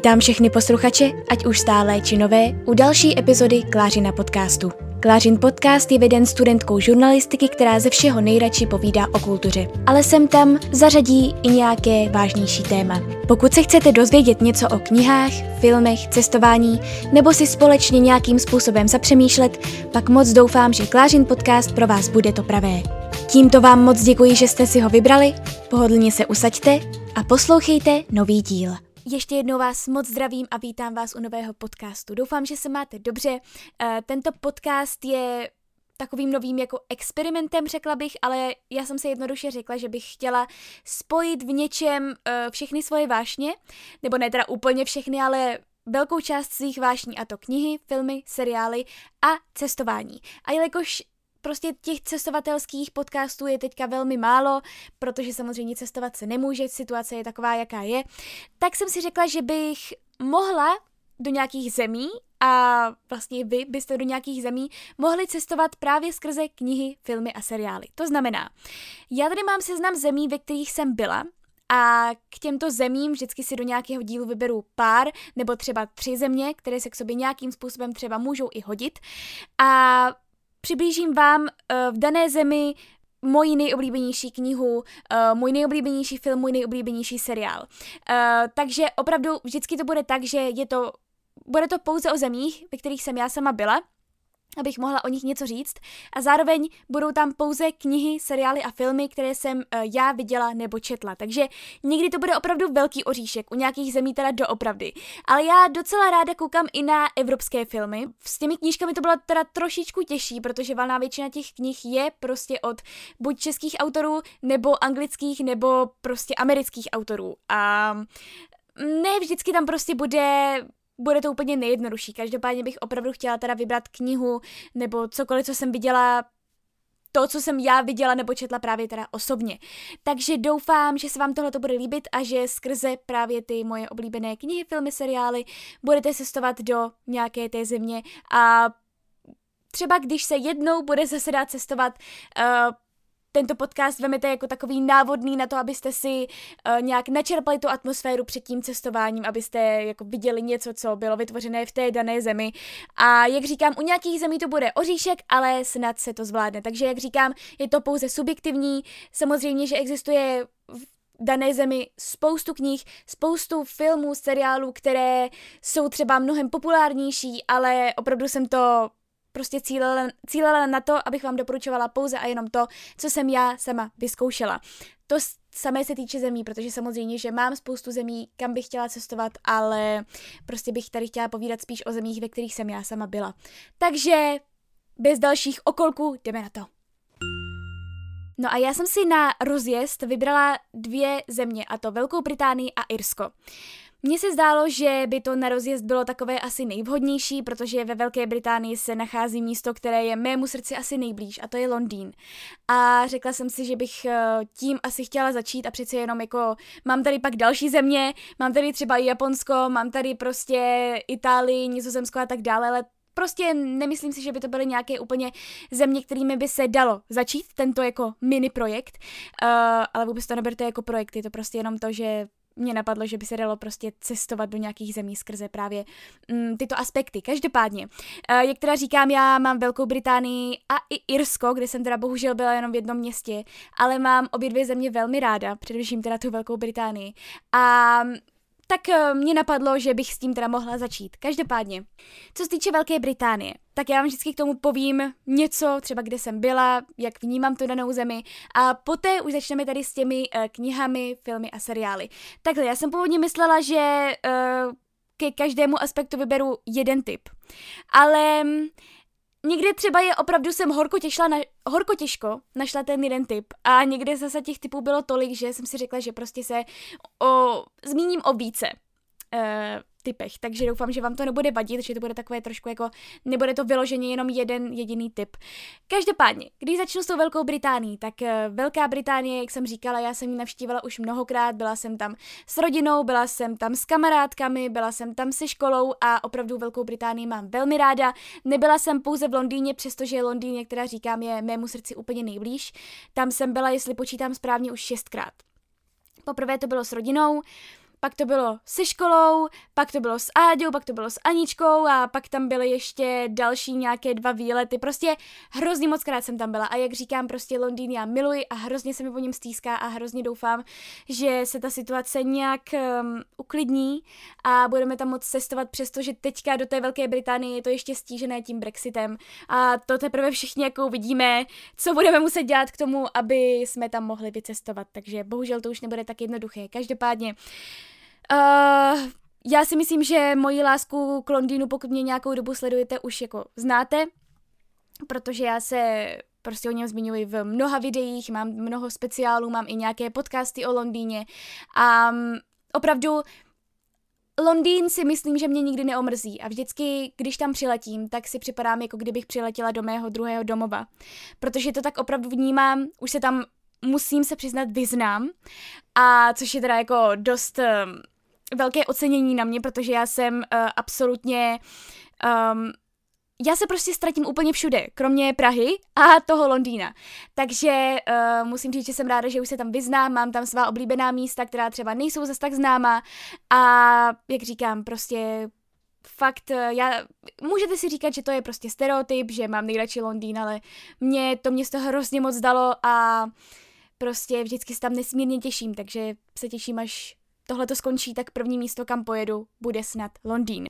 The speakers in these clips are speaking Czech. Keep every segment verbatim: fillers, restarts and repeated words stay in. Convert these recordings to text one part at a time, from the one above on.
Vítám všechny posluchače, ať už stálé či nové, u další epizody Klářina podcastu. Klářin podcast je veden studentkou žurnalistiky, která ze všeho nejradši povídá o kultuře. Ale sem tam zařadí i nějaké vážnější téma. Pokud se chcete dozvědět něco o knihách, filmech, cestování, nebo si společně nějakým způsobem zapřemýšlet, pak moc doufám, že Klářin podcast pro vás bude to pravé. Tímto vám moc děkuji, že jste si ho vybrali, pohodlně se usaďte a poslouchejte nový díl. Ještě jednou vás moc zdravím a vítám vás u nového podcastu. Doufám, že se máte dobře. Tento podcast je takovým novým jako experimentem, řekla bych, ale já jsem se jednoduše řekla, že bych chtěla spojit v něčem všechny svoje vášně, nebo ne teda úplně všechny, ale velkou část svých vášní, a to knihy, filmy, seriály a cestování. A jelikož prostě těch cestovatelských podcastů je teďka velmi málo, protože samozřejmě cestovat se nemůže, situace je taková, jaká je, tak jsem si řekla, že bych mohla do nějakých zemí a vlastně vy byste do nějakých zemí mohli cestovat právě skrze knihy, filmy a seriály. To znamená, já tady mám seznam zemí, ve kterých jsem byla, a k těmto zemím vždycky si do nějakého dílu vyberu pár nebo třeba tři země, které se k sobě nějakým způsobem třeba můžou i hodit, a přiblížím vám uh, v dané zemi moji nejoblíbenější knihu, uh, můj nejoblíbenější film, můj nejoblíbenější seriál. Uh, takže opravdu vždycky to bude tak, že je to, bude to pouze o zemích, ve kterých jsem já sama byla, abych mohla o nich něco říct, a zároveň budou tam pouze knihy, seriály a filmy, které jsem uh, já viděla nebo četla. Takže někdy to bude opravdu velký oříšek, u nějakých zemí teda doopravdy. Ale já docela ráda koukám i na evropské filmy. S těmi knížkami to bylo teda trošičku těžší, protože valná většina těch knih je prostě od buď českých autorů, nebo anglických, nebo prostě amerických autorů. A ne vždycky tam prostě bude... Bude to úplně nejjednodušší. Každopádně bych opravdu chtěla teda vybrat knihu nebo cokoliv, co jsem viděla, to, co jsem já viděla nebo četla právě teda osobně. Takže doufám, že se vám tohle bude líbit a že skrze právě ty moje oblíbené knihy, filmy, seriály budete cestovat do nějaké té země a třeba když se jednou bude zase dát cestovat, uh, tento podcast vemete jako takový návodný na to, abyste si uh, nějak načerpali tu atmosféru před tím cestováním, abyste jako viděli něco, co bylo vytvořené v té dané zemi. A jak říkám, u nějakých zemí to bude oříšek, ale snad se to zvládne. Takže jak říkám, je to pouze subjektivní. Samozřejmě, že existuje v dané zemi spoustu knih, spoustu filmů, seriálů, které jsou třeba mnohem populárnější, ale opravdu jsem to prostě cílela, cílela na to, abych vám doporučovala pouze a jenom to, co jsem já sama vyzkoušela. To samé se týče zemí, protože samozřejmě, že mám spoustu zemí, kam bych chtěla cestovat, ale prostě bych tady chtěla povídat spíš o zemích, ve kterých jsem já sama byla. Takže bez dalších okolků jdeme na to. No a já jsem si na rozjezd vybrala dvě země, a to Velkou Británii a Irsko. Mně se zdálo, že by to na rozjezd bylo takové asi nejvhodnější, protože ve Velké Británii se nachází místo, které je mému srdci asi nejblíž, a to je Londýn. A řekla jsem si, že bych tím asi chtěla začít a přece jenom jako mám tady pak další země, mám tady třeba i Japonsko, mám tady prostě Itálii, Nizozemsko a tak dále, ale prostě nemyslím si, že by to byly nějaké úplně země, kterými by se dalo začít tento jako mini projekt, uh, ale vůbec to neberte jako projekt, je to prostě jenom to, že mě napadlo, že by se dalo prostě cestovat do nějakých zemí skrze právě mm, tyto aspekty. Každopádně, uh, jak teda říkám, já mám Velkou Británii a i Irsko, kde jsem teda bohužel byla jenom v jednom městě, ale mám obě dvě země velmi ráda, především teda tu Velkou Británii. A tak mě napadlo, že bych s tím teda mohla začít. Každopádně, co se týče Velké Británie, tak já vám vždycky k tomu povím něco, třeba kde jsem byla, jak vnímám tu danou zemi, a poté už začneme tady s těmi uh, knihami, filmy a seriály. Takhle, já jsem původně myslela, že uh, ke každému aspektu vyberu jeden tip, ale někde třeba je opravdu jsem horko, těšla na, horko těžko našla ten jeden tip, a někde zase těch typů bylo tolik, že jsem si řekla, že prostě se o, zmíním o více uh, typech, takže doufám, že vám to nebude vadit, že to bude takové trošku jako, nebude to vyloženě jenom jeden jediný tip. Každopádně, když začnu s tou Velkou Británií, tak uh, Velká Británie, jak jsem říkala, já jsem ji navštívila už mnohokrát, byla jsem tam s rodinou, byla jsem tam s kamarádkami, byla jsem tam se školou a opravdu Velkou Británii mám velmi ráda. Nebyla jsem pouze v Londýně, přestože Londýn, jak teda říkám, je mému srdci úplně nejblíž. Tam jsem byla, jestli počítám správně, už šestkrát. Poprvé to bylo s rodinou. pak to bylo se školou, pak to bylo s Áďou, pak to bylo s Aničkou a pak tam byly ještě další nějaké dva výlety. Prostě hrozně moc krát jsem tam byla a jak říkám, prostě Londýn já miluji a hrozně se mi po něm stýská a hrozně doufám, že se ta situace nějak um, uklidní a budeme tam moc cestovat, přestože teďka do té Velké Británie je to ještě stížené tím Brexitem a to teprve všichni jako uvidíme, co budeme muset dělat k tomu, aby jsme tam mohli vycestovat, takže bohužel to už nebude tak jednoduché. Každopádně uh, já si myslím, že moji lásku k Londýnu, pokud mě nějakou dobu sledujete, už jako znáte, protože já se prostě o něm zmiňuji v mnoha videích, mám mnoho speciálů, mám i nějaké podcasty o Londýně a um, opravdu Londýn si myslím, že mě nikdy neomrzí a vždycky, když tam přiletím, tak si připadám, jako kdybych přiletěla do mého druhého domova, protože to tak opravdu vnímám, už se tam musím se přiznat vyznám a což je teda jako dost um, velké ocenění na mě, protože já jsem uh, absolutně um, já se prostě ztratím úplně všude, kromě Prahy a toho Londýna. Takže uh, musím říct, že jsem ráda, že už se tam vyznám, mám tam svá oblíbená místa, která třeba nejsou zas tak známá a jak říkám, prostě fakt, já, můžete si říkat, že to je prostě stereotyp, že mám nejradši Londýn, ale mě to město hrozně moc dalo a prostě vždycky se tam nesmírně těším, takže se těším, až tohle to skončí, tak první místo, kam pojedu, bude snad Londýn.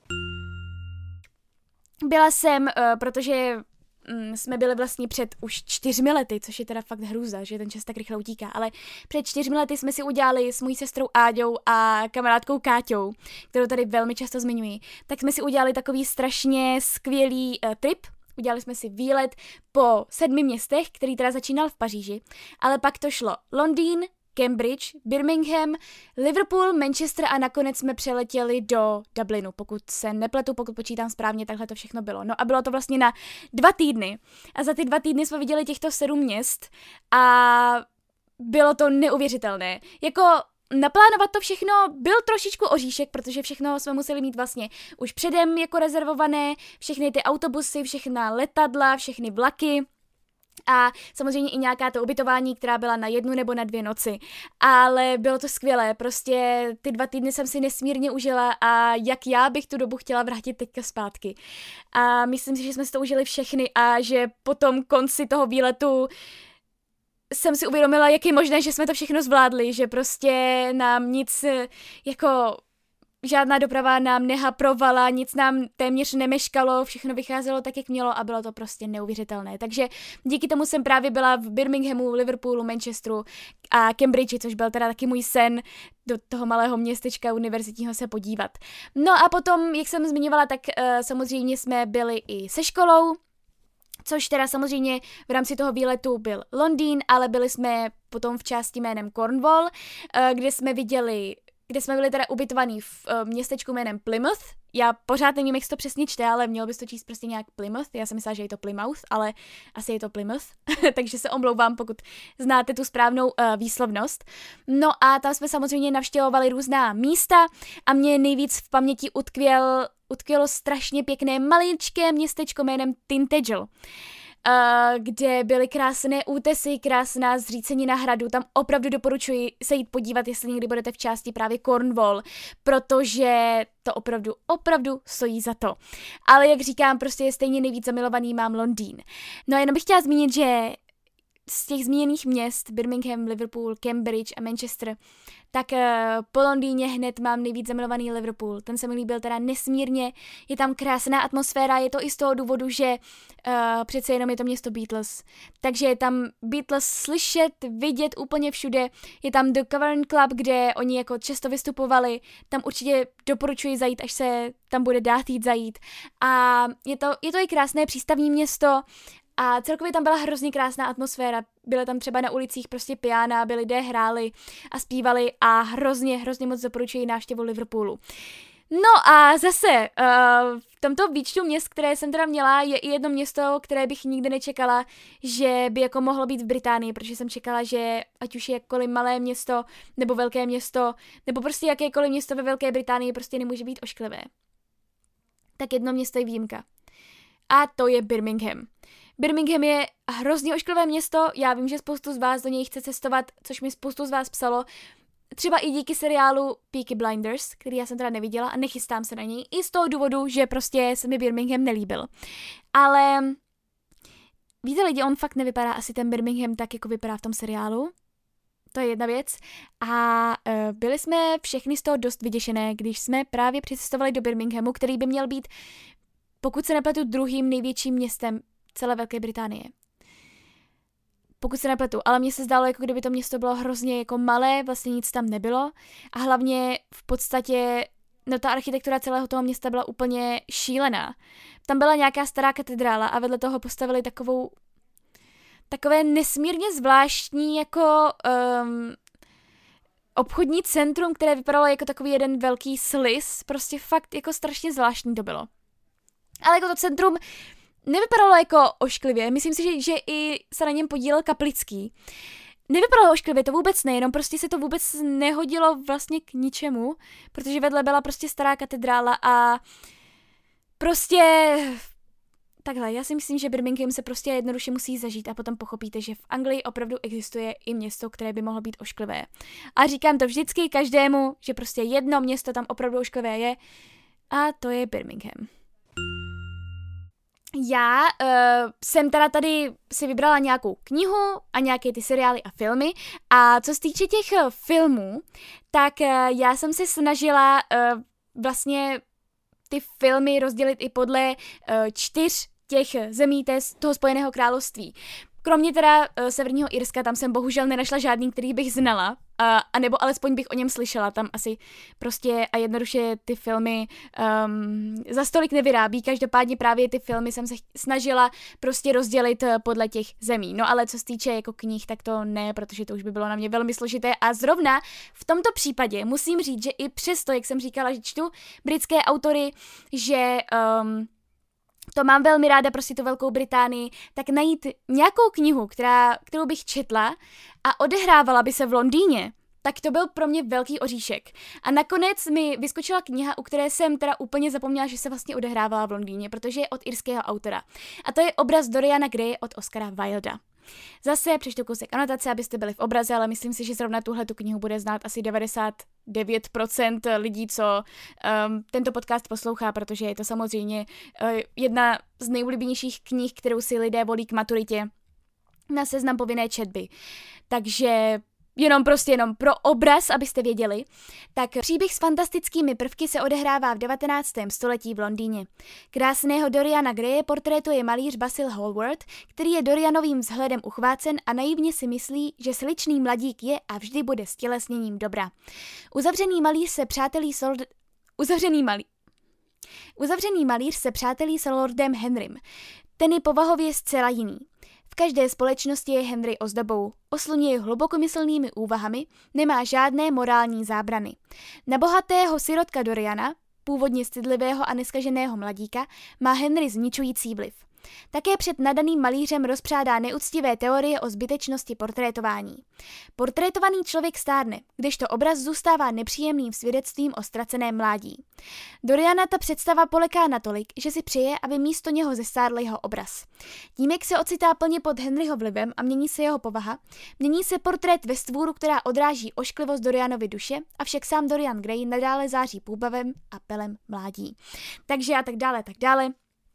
Byla jsem, uh, protože um, jsme byli vlastně před už čtyřmi lety, což je teda fakt hrůza, že ten čas tak rychle utíká, ale před čtyřmi lety jsme si udělali s mojí sestrou Áďou a kamarádkou Káťou, kterou tady velmi často zmiňuji, tak jsme si udělali takový strašně skvělý uh, trip. Udělali jsme si výlet po sedmi městech, který teda začínal v Paříži, ale pak to šlo Londýn, Cambridge, Birmingham, Liverpool, Manchester a nakonec jsme přeletěli do Dublinu, pokud se nepletu, pokud počítám správně, takhle to všechno bylo. No a bylo to vlastně na dva týdny a za ty dva týdny jsme viděli těchto sedm měst a bylo to neuvěřitelné. Jako naplánovat to všechno byl trošičku oříšek, protože všechno jsme museli mít vlastně už předem jako rezervované, všechny ty autobusy, všechna letadla, všechny vlaky. A samozřejmě i nějaká to ubytování, která byla na jednu nebo na dvě noci. Ale bylo to skvělé, prostě ty dva týdny jsem si nesmírně užila a jak já bych tu dobu chtěla vrátit teďka zpátky. A myslím si, že jsme si to užili všechny a že po tom konci toho výletu jsem si uvědomila, jak je možné, že jsme to všechno zvládli, že prostě nám nic jako žádná doprava nám nehaprovala, nic nám téměř nemeškalo, všechno vycházelo tak, jak mělo a bylo to prostě neuvěřitelné. Takže díky tomu jsem právě byla v Birminghamu, Liverpoolu, Manchesteru a Cambridge, což byl teda taky můj sen do toho malého městečka univerzitního se podívat. No a potom, jak jsem zmiňovala, tak uh, samozřejmě jsme byli i se školou, což teda samozřejmě v rámci toho výletu byl Londýn, ale byli jsme potom v části jménem Cornwall, uh, kde jsme viděli kde jsme byli teda ubytovaní v uh, městečku jménem Plymouth. Já pořád nevím, jak se to přesně čte, ale mělo bys to číst prostě nějak Plymouth. Já jsem myslela, že je to Plymouth, ale asi je to Plymouth. Takže se omlouvám, pokud znáte tu správnou uh, výslovnost. No a tam jsme samozřejmě navštěvovali různá místa a mě nejvíc v paměti utkvěl, utkvělo strašně pěkné maličké městečko jménem Tintagel. Uh, kde byly krásné útesy, krásná zřícenina hradu, tam opravdu doporučuji se jít podívat, jestli někdy budete v části právě Cornwall, protože to opravdu, opravdu stojí za to. Ale jak říkám, prostě je stejně nejvíc zamilovaný mám Londýn. No a jenom bych chtěla zmínit, že z těch zmíněných měst, Birmingham, Liverpool, Cambridge a Manchester, tak uh, po Londýně hned mám nejvíc zamilovaný Liverpool. Ten se mi líbil teda nesmírně, je tam krásná atmosféra, je to i z toho důvodu, že uh, přece jenom je to město Beatles. Takže je tam Beatles slyšet, vidět úplně všude. Je tam The Cavern Club, kde oni jako často vystupovali. Tam určitě doporučuji zajít, až se tam bude dát jít zajít. A je to, je to i krásné přístavní město. A celkově tam byla hrozně krásná atmosféra, byly tam třeba na ulicích prostě piana, by lidé hráli a zpívali a hrozně, hrozně moc doporučuji návštěvu Liverpoolu. No a zase uh, v tomto výčtu měst, které jsem teda měla, je i jedno město, které bych nikdy nečekala, že by jako mohlo být v Británii, protože jsem čekala, že ať už je jakkoliv malé město, nebo velké město, nebo prostě jakékoliv město ve Velké Británii prostě nemůže být ošklivé. Tak jedno město je výjimka. A to je Birmingham. Birmingham je hrozně ošklivé město, já vím, že spoustu z vás do něj chce cestovat, což mi spoustu z vás psalo. třeba i díky seriálu Peaky Blinders, který já jsem teda neviděla a nechystám se na něj, i z toho důvodu, že prostě se mi Birmingham nelíbil. Ale víte lidi, on fakt nevypadá asi ten Birmingham tak, jako vypadá v tom seriálu. To je jedna věc. A uh, byli jsme všechny z toho dost vyděšené, když jsme právě přicestovali do Birminghamu, který by měl být, pokud se nepletu, druhým největším městem celé Velké Británie. Pokud se nepletu, ale mně se zdálo, jako kdyby to město bylo hrozně jako malé, vlastně nic tam nebylo. A hlavně v podstatě, no ta architektura celého toho města byla úplně šílená. Tam byla nějaká stará katedrála a vedle toho postavili takovou takové nesmírně zvláštní jako um, obchodní centrum, které vypadalo jako takový jeden velký sliz, prostě fakt jako strašně zvláštní to bylo. Ale jako to centrum nevypadalo jako ošklivě, myslím si, že, že i se na něm podílel Kaplický. Nevypadalo ošklivě, to vůbec ne, jenom prostě se to vůbec nehodilo vlastně k ničemu, protože vedle byla prostě stará katedrála a prostě takhle, já si myslím, že Birmingham se prostě jednoduše musí zažít a potom pochopíte, že v Anglii opravdu existuje i město, které by mohlo být ošklivé. A říkám to vždycky každému, že prostě jedno město tam opravdu ošklivé je a to je Birmingham. Já uh, jsem teda tady si vybrala nějakou knihu a nějaké ty seriály a filmy a co se týče těch uh, filmů, tak uh, já jsem se snažila uh, vlastně ty filmy rozdělit i podle uh, čtyř těch zemí té, toho Spojeného království. Kromě teda uh, Severního Irska, tam jsem bohužel nenašla žádný, který bych znala, a, a nebo alespoň bych o něm slyšela, tam asi prostě a jednoduše ty filmy um, za stolik nevyrábí, každopádně právě ty filmy jsem se snažila prostě rozdělit uh, podle těch zemí. No ale co se týče jako knih, tak to ne, protože to už by bylo na mě velmi složité a zrovna v tomto případě musím říct, že i přesto, jak jsem říkala, že čtu britské autory, že um, to mám velmi ráda, prostě tu Velkou Británii, tak najít nějakou knihu, která, kterou bych četla a odehrávala by se v Londýně, tak to byl pro mě velký oříšek. A nakonec mi vyskočila kniha, u které jsem teda úplně zapomněla, že se vlastně odehrávala v Londýně, protože je od irského autora. A to je Obraz Doriana Graye od Oscara Wilda. Zase přečtu kousek anotace, abyste byli v obraze, ale myslím si, že zrovna tuhle tu knihu bude znát asi devadesát devět procent lidí, co um, tento podcast poslouchá, protože je to samozřejmě uh, jedna z nejoblíbenějších knih, kterou si lidé volí k maturitě na seznam povinné četby. Takže jenom prostě jenom pro obraz, abyste věděli, tak příběh s fantastickými prvky se odehrává v devatenáctém století v Londýně. Krásného Doriana Graye portrétuje malíř Basil Hallward, který je Dorianovým vzhledem uchvácen a naivně si myslí, že sličný mladík je a vždy bude stělesněním dobra. Uzavřený malíř se přátelí s lord... Uzavřený malíř... Uzavřený malíř se přátelí s lordem Henrym. Ten je povahově zcela jiný. V každé společnosti je Henry ozdobou, oslňuje hlubokomyslnými úvahami, nemá žádné morální zábrany. Na bohatého sirotka Doriana, původně stydlivého a neskaženého mladíka, má Henry zničující vliv. Také před nadaným malířem rozpřádá neúctivé teorie o zbytečnosti portrétování. Portrétovaný člověk stárne, kdežto obraz zůstává nepříjemným svědectvím o ztraceném mládí. Doriana ta představa poleká natolik, že si přeje, aby místo něho zestárl jeho obraz. Tím, jak se ocitá plně pod Henryho vlivem a mění se jeho povaha, mění se portrét ve stvůru, která odráží ošklivost Dorianovy duše, avšak sám Dorian Gray nadále září půbavem a pelem mládí. Takže a tak dále, tak dále.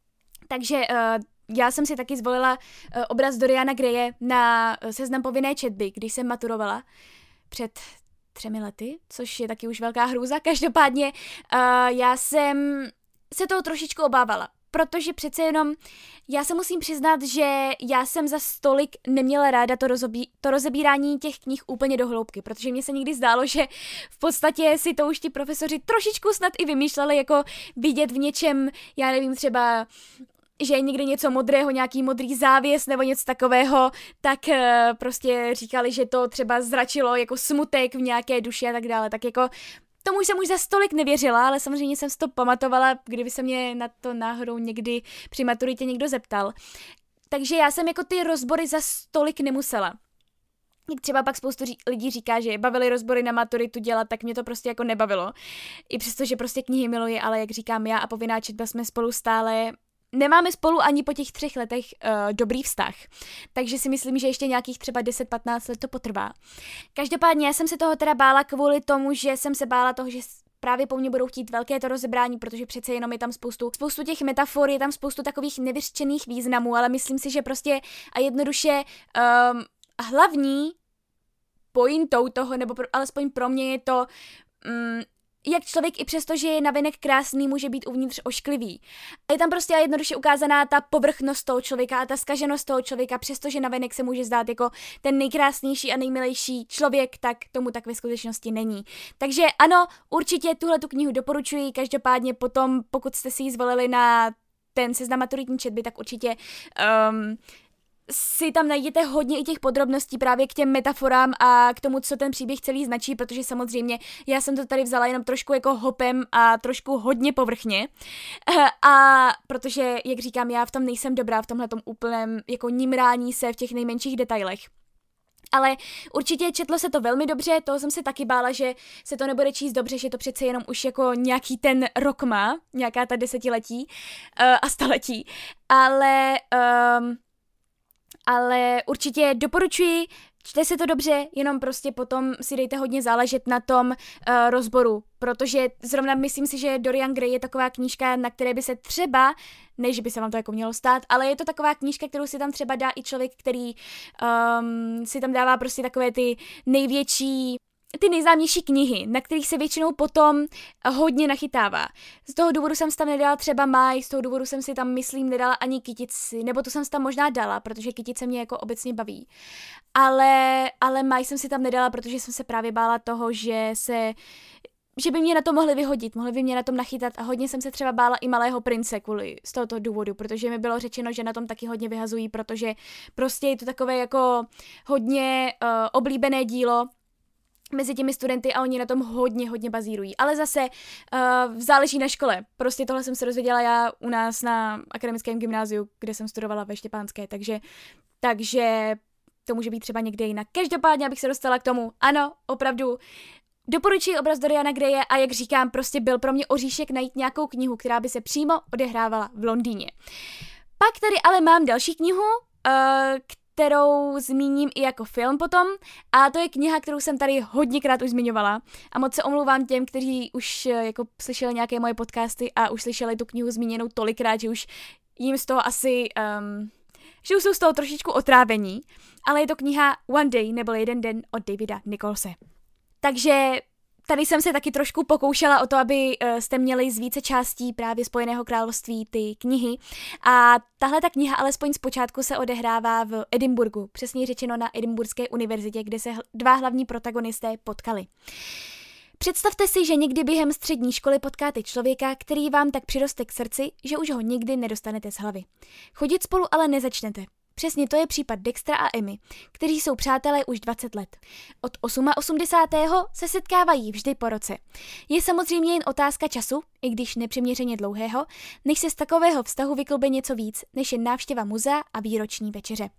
Takže uh, já jsem si taky zvolila uh, obraz Doriana Graye na uh, seznam povinné četby, když jsem maturovala před třemi lety, což je taky už velká hrůza. Každopádně uh, já jsem se toho trošičku obávala, protože přece jenom já se musím přiznat, že já jsem za stolik neměla ráda to, rozobí, to rozebírání těch knih úplně do hloubky, protože mně se někdy zdálo, že v podstatě si to už ti profesoři trošičku snad i vymýšleli, jako vidět v něčem, já nevím, třeba že je někde něco modrého, nějaký modrý závěs nebo něco takového, tak uh, prostě říkali, že to třeba zračilo jako smutek v nějaké duši a tak dále, tak jako tomu jsem už za stolik nevěřila, ale samozřejmě jsem si to pamatovala, kdyby se mě na to náhodou někdy při maturitě někdo zeptal. Takže já jsem jako ty rozbory za stolik nemusela. Jak třeba pak spoustu ří- lidí říká, že bavili rozbory na maturitu dělat, tak mě to prostě jako nebavilo. I přesto, že prostě knihy miluji, ale jak říkám já a povinná četba jsme spolu stále nemáme spolu ani po těch třech letech uh, dobrý vztah. Takže si myslím, že ještě nějakých třeba deset patnáct let to potrvá. Každopádně já jsem se toho teda bála kvůli tomu, že jsem se bála toho, že právě po mně budou chtít velké to rozebrání, protože přece jenom je tam spoustu, spoustu těch metafor, je tam spoustu takových nevyřčených významů, ale myslím si, že prostě a jednoduše um, hlavní pointou toho, nebo pro, alespoň pro mě je to, um, jak člověk i přesto, že je navenek krásný, může být uvnitř ošklivý. A je tam prostě a jednoduše ukázaná ta povrchnost toho člověka a ta zkaženost toho člověka, přestože navenek se může zdát jako ten nejkrásnější a nejmilejší člověk, tak tomu tak ve skutečnosti není. Takže ano, určitě tuhle tu knihu doporučuji, každopádně potom, pokud jste si ji zvolili na ten seznam maturitní četby, tak určitě um, si tam najdete hodně i těch podrobností právě k těm metaforám a k tomu, co ten příběh celý značí, protože samozřejmě já jsem to tady vzala jenom trošku jako hopem a trošku hodně povrchně a protože, jak říkám, já v tom nejsem dobrá, v tomhletom úplném jako nímrání se v těch nejmenších detailech. Ale určitě četlo se to velmi dobře, toho jsem se taky bála, že se to nebude číst dobře, že to přece jenom už jako nějaký ten rok má, nějaká ta desetiletí uh, a staletí, ale... Um, Ale určitě doporučuji, čte se to dobře, jenom prostě potom si dejte hodně záležet na tom uh, rozboru, protože zrovna myslím si, že Dorian Gray je taková knížka, na které by se třeba, ne, že by se vám to jako mělo stát, ale je to taková knížka, kterou si tam třeba dá i člověk, který um, si tam dává prostě takové ty největší, ty nejznámější knihy, na kterých se většinou potom hodně nachytává. Z toho důvodu jsem si tam nedala třeba Máj, z toho důvodu jsem si tam, myslím, nedala ani Kytici, nebo to jsem si tam možná dala, protože Kytice mě jako obecně baví. Ale, ale Máj jsem si tam nedala, protože jsem se právě bála toho, že se... že by mě na to mohli vyhodit, mohli by mě na tom nachytat a hodně jsem se třeba bála i Malého prince kvůli z tohoto důvodu, protože mi bylo řečeno, že na tom taky hodně vyhazují, protože prostě je to takové jako hodně uh, oblíbené dílo mezi těmi studenty a oni na tom hodně, hodně bazírují. Ale zase uh, záleží na škole. Prostě tohle jsem se dozvěděla já u nás na akademickém gymnáziu, kde jsem studovala ve Štěpánské, takže, takže to může být třeba někde jinak. Každopádně, abych se dostala k tomu, ano, opravdu doporučuji obraz Doriana Graye a jak říkám, prostě byl pro mě oříšek najít nějakou knihu, která by se přímo odehrávala v Londýně. Pak tady ale mám další knihu, uh, kterou zmíním i jako film potom a to je kniha, kterou jsem tady hodněkrát už zmiňovala a moc se omlouvám těm, kteří už jako slyšeli nějaké moje podcasty a už slyšeli tu knihu zmíněnou tolikrát, že už jim z toho asi, um, že už jsou z toho trošičku otrávení, ale je to kniha One Day nebo Jeden den od Davida Nicholse. Takže tady jsem se taky trošku pokoušela o to, aby jste měli z více částí právě Spojeného království ty knihy. A tahle ta kniha alespoň zpočátku se odehrává v Edinburghu, přesně řečeno na Edinburghské univerzitě, kde se dva hlavní protagonisté potkali. Představte si, že někdy během střední školy potkáte člověka, který vám tak přiroste k srdci, že už ho nikdy nedostanete z hlavy. Chodit spolu ale nezačnete. Přesně to je případ Dextra a Emmy, kteří jsou přátelé už dvacet let. Od osmadesátého se setkávají vždy po roce. Je samozřejmě jen otázka času, i když nepřiměřeně dlouhého, než se z takového vztahu vyklube něco víc, než jen návštěva muzea a výroční večeře.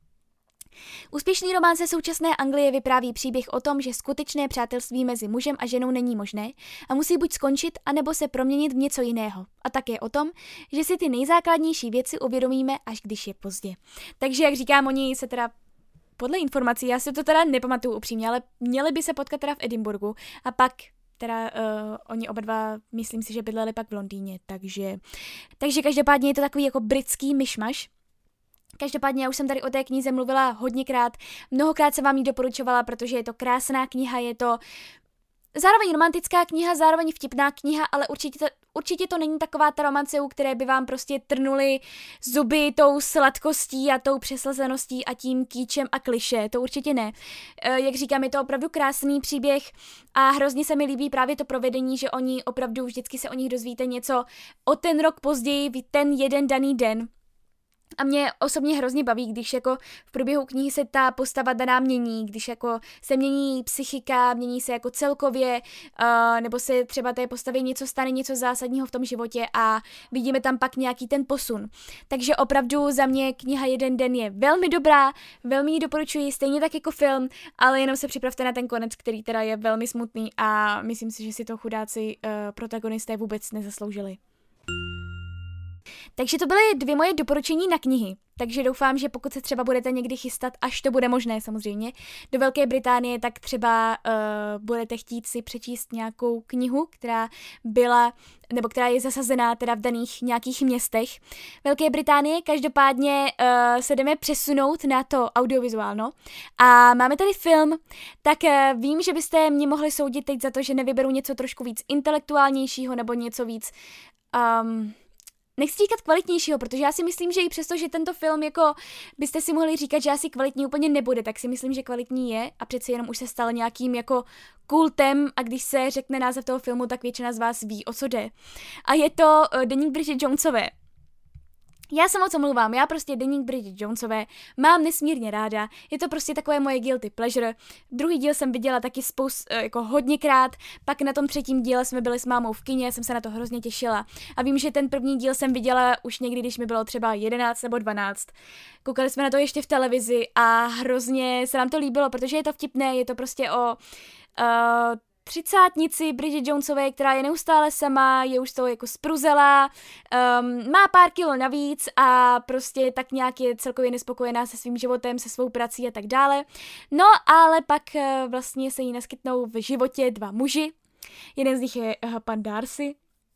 Úspěšný román ze současné Anglie vypráví příběh o tom, že skutečné přátelství mezi mužem a ženou není možné a musí buď skončit, anebo se proměnit v něco jiného. A také o tom, že si ty nejzákladnější věci uvědomíme, až když je pozdě. Takže, jak říkám, oni se teda podle informací, já si to teda nepamatuju upřímně, ale měli by se potkat teda v Edinburghu a pak teda uh, oni oba dva, myslím si, že bydleli pak v Londýně, takže, takže každopádně je to takový jako britský myšmaš. Každopádně já už jsem tady o té knize mluvila hodněkrát, mnohokrát jsem vám ji doporučovala, protože je to krásná kniha, je to zároveň romantická kniha, zároveň vtipná kniha, ale určitě to, určitě to není taková ta romance, u které by vám prostě trnuly zuby tou sladkostí a tou přeslazeností a tím kýčem a kliše, to určitě ne. E, jak říkám, je to opravdu krásný příběh a hrozně se mi líbí právě to provedení, že oni opravdu vždycky se o nich dozvíte něco o ten rok později, ten jeden daný den. A mě osobně hrozně baví, když jako v průběhu knihy se ta postava daná mění, když jako se mění psychika, mění se jako celkově, uh, nebo se třeba té postavě něco stane, něco zásadního v tom životě a vidíme tam pak nějaký ten posun. Takže opravdu za mě kniha Jeden den je velmi dobrá, velmi ji doporučuji, stejně tak jako film, ale jenom se připravte na ten konec, který teda je velmi smutný a myslím si, že si to chudáci uh, protagonisté vůbec nezasloužili. Takže to byly dvě moje doporučení na knihy. Takže doufám, že pokud se třeba budete někdy chystat, až to bude možné samozřejmě, do Velké Británie, tak třeba uh, budete chtít si přečíst nějakou knihu, která byla, nebo která je zasazená teda v daných nějakých městech Velké Británie. Každopádně uh, se jdeme přesunout na to audiovizuálno. A máme tady film, tak uh, vím, že byste mě mohli soudit teď za to, že nevyberu něco trošku víc intelektuálnějšího, nebo něco víc... Um, Nechci říkat kvalitnějšího, protože já si myslím, že i přesto, že tento film jako byste si mohli říkat, že asi kvalitní úplně nebude, tak si myslím, že kvalitní je a přeci jenom už se stal nějakým jako kultem a když se řekne název toho filmu, tak většina z vás ví, o co jde. A je to uh, Deník Bridget Jonesové. Já se moc omlouvám, já prostě Deník Bridget Jonesové mám nesmírně ráda, je to prostě takové moje guilty pleasure. Druhý díl jsem viděla taky spoust, jako hodněkrát, pak na tom třetím díle jsme byli s mámou v kině, jsem se na to hrozně těšila. A vím, že ten první díl jsem viděla už někdy, když mi bylo třeba jedenáct nebo dvanáct. Koukali jsme na to ještě v televizi a hrozně se nám to líbilo, protože je to vtipné, je to prostě o... Uh, třicátnici Bridget Jonesové, která je neustále sama, je už to jako spruzelá, um, má pár kilo navíc a prostě tak nějak je celkově nespokojená se svým životem, se svou prací a tak dále. No, ale pak uh, vlastně se jí naskytnou v životě dva muži. Jeden z nich je uh, pan Darcy.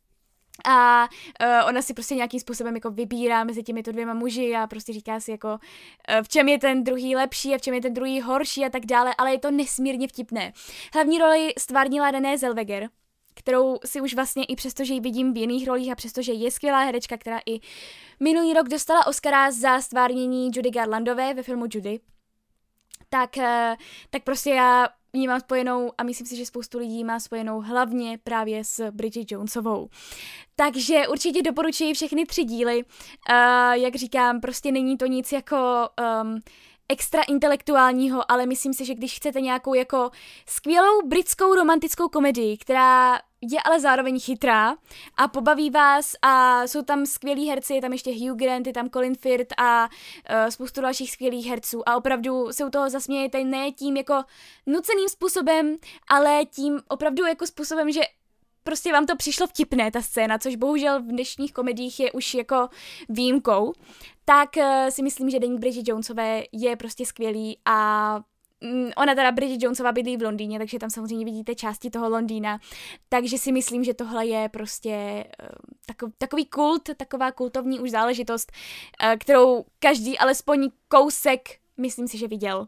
A uh, ona si prostě nějakým způsobem jako vybírá mezi těmito dvěma muži a prostě říká si jako uh, v čem je ten druhý lepší a v čem je ten druhý horší a tak dále, ale je to nesmírně vtipné. Hlavní roli stvárnila Renée Zellweger, kterou si už vlastně i přesto, že ji vidím v jiných rolích a přesto, že je skvělá herečka, která i minulý rok dostala Oscara za stvárnění Judy Garlandové ve filmu Judy, tak, uh, tak prostě já ji mám spojenou a myslím si, že spoustu lidí má spojenou hlavně právě s Bridget Jonesovou. Takže určitě doporučuji všechny tři díly. Uh, jak říkám, prostě není to nic jako um, extra intelektuálního, ale myslím si, že když chcete nějakou jako skvělou britskou romantickou komedii, která je ale zároveň chytrá a pobaví vás a jsou tam skvělí herci, je tam ještě Hugh Grant, je tam Colin Firth a uh, spoustu dalších skvělých herců a opravdu se u toho zasmějete ne tím jako nuceným způsobem, ale tím opravdu jako způsobem, že prostě vám to přišlo vtipné, ta scéna, což bohužel v dnešních komediích je už jako výjimkou, tak uh, si myslím, že Deník Bridget Jonesové je prostě skvělý a ona teda Bridget Jonesova bydlí v Londýně, takže tam samozřejmě vidíte části toho Londýna, takže si myslím, že tohle je prostě uh, takový, takový kult, taková kultovní už záležitost, uh, kterou každý alespoň kousek, myslím si, že viděl.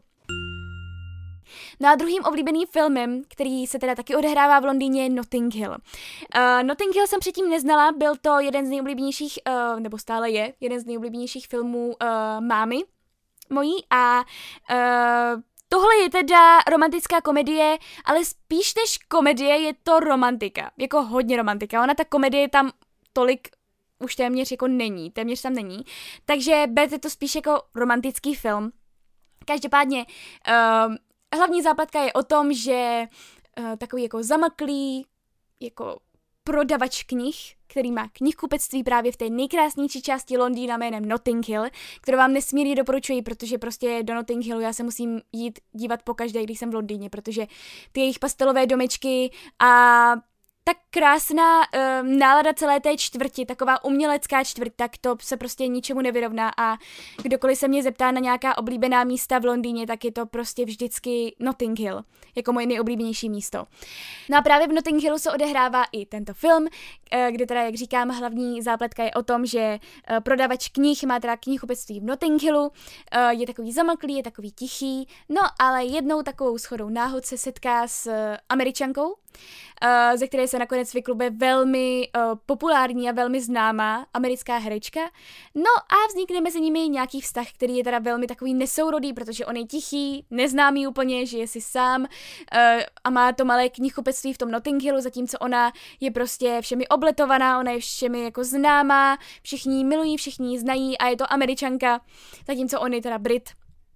No a druhým oblíbeným filmem, který se teda taky odehrává v Londýně, je Notting Hill. Uh, Notting Hill jsem předtím neznala, byl to jeden z nejoblíbenějších, uh, nebo stále je, jeden z nejoblíbenějších filmů uh, mámy mojí a uh, tohle je teda romantická komedie, ale spíš než komedie je to romantika, jako hodně romantika. Ona ta komedie tam tolik už téměř jako není, téměř tam není, takže berte to spíš jako romantický film. Každopádně uh, hlavní zápletka je o tom, že uh, takový jako zamlklý, jako prodavač knih, který má knihkupectví právě v té nejkrásnější části Londýna jménem Notting Hill, kterou vám nesmírně doporučuji, protože prostě do Notting Hillu já se musím jít dívat pokaždé, když jsem v Londýně, protože ty jejich pastelové domečky a tak krásná um, nálada celé té čtvrti, taková umělecká čtvrť, tak to se prostě ničemu nevyrovná a kdokoliv se mě zeptá na nějaká oblíbená místa v Londýně, tak je to prostě vždycky Notting Hill, jako moje nejoblíbenější místo. No a právě v Notting Hillu se odehrává i tento film, kde teda, jak říkám, hlavní zápletka je o tom, že prodavač knih má teda knihkupectví v Notting Hillu, je takový zamlklý, je takový tichý, no ale jednou takovou shodou náhod se setká s Američankou, Uh, ze které se nakonec vyklube velmi uh, populární a velmi známá americká herečka. No a vznikne mezi nimi nějaký vztah, který je teda velmi takový nesourodý, protože on je tichý, neznámý úplně, žije si sám uh, a má to malé knihkupectví v tom Notting Hillu, zatímco ona je prostě všemi obletovaná, ona je všemi jako známá, všichni ji milují, všichni ji znají a je to Američanka, zatímco on je teda Brit.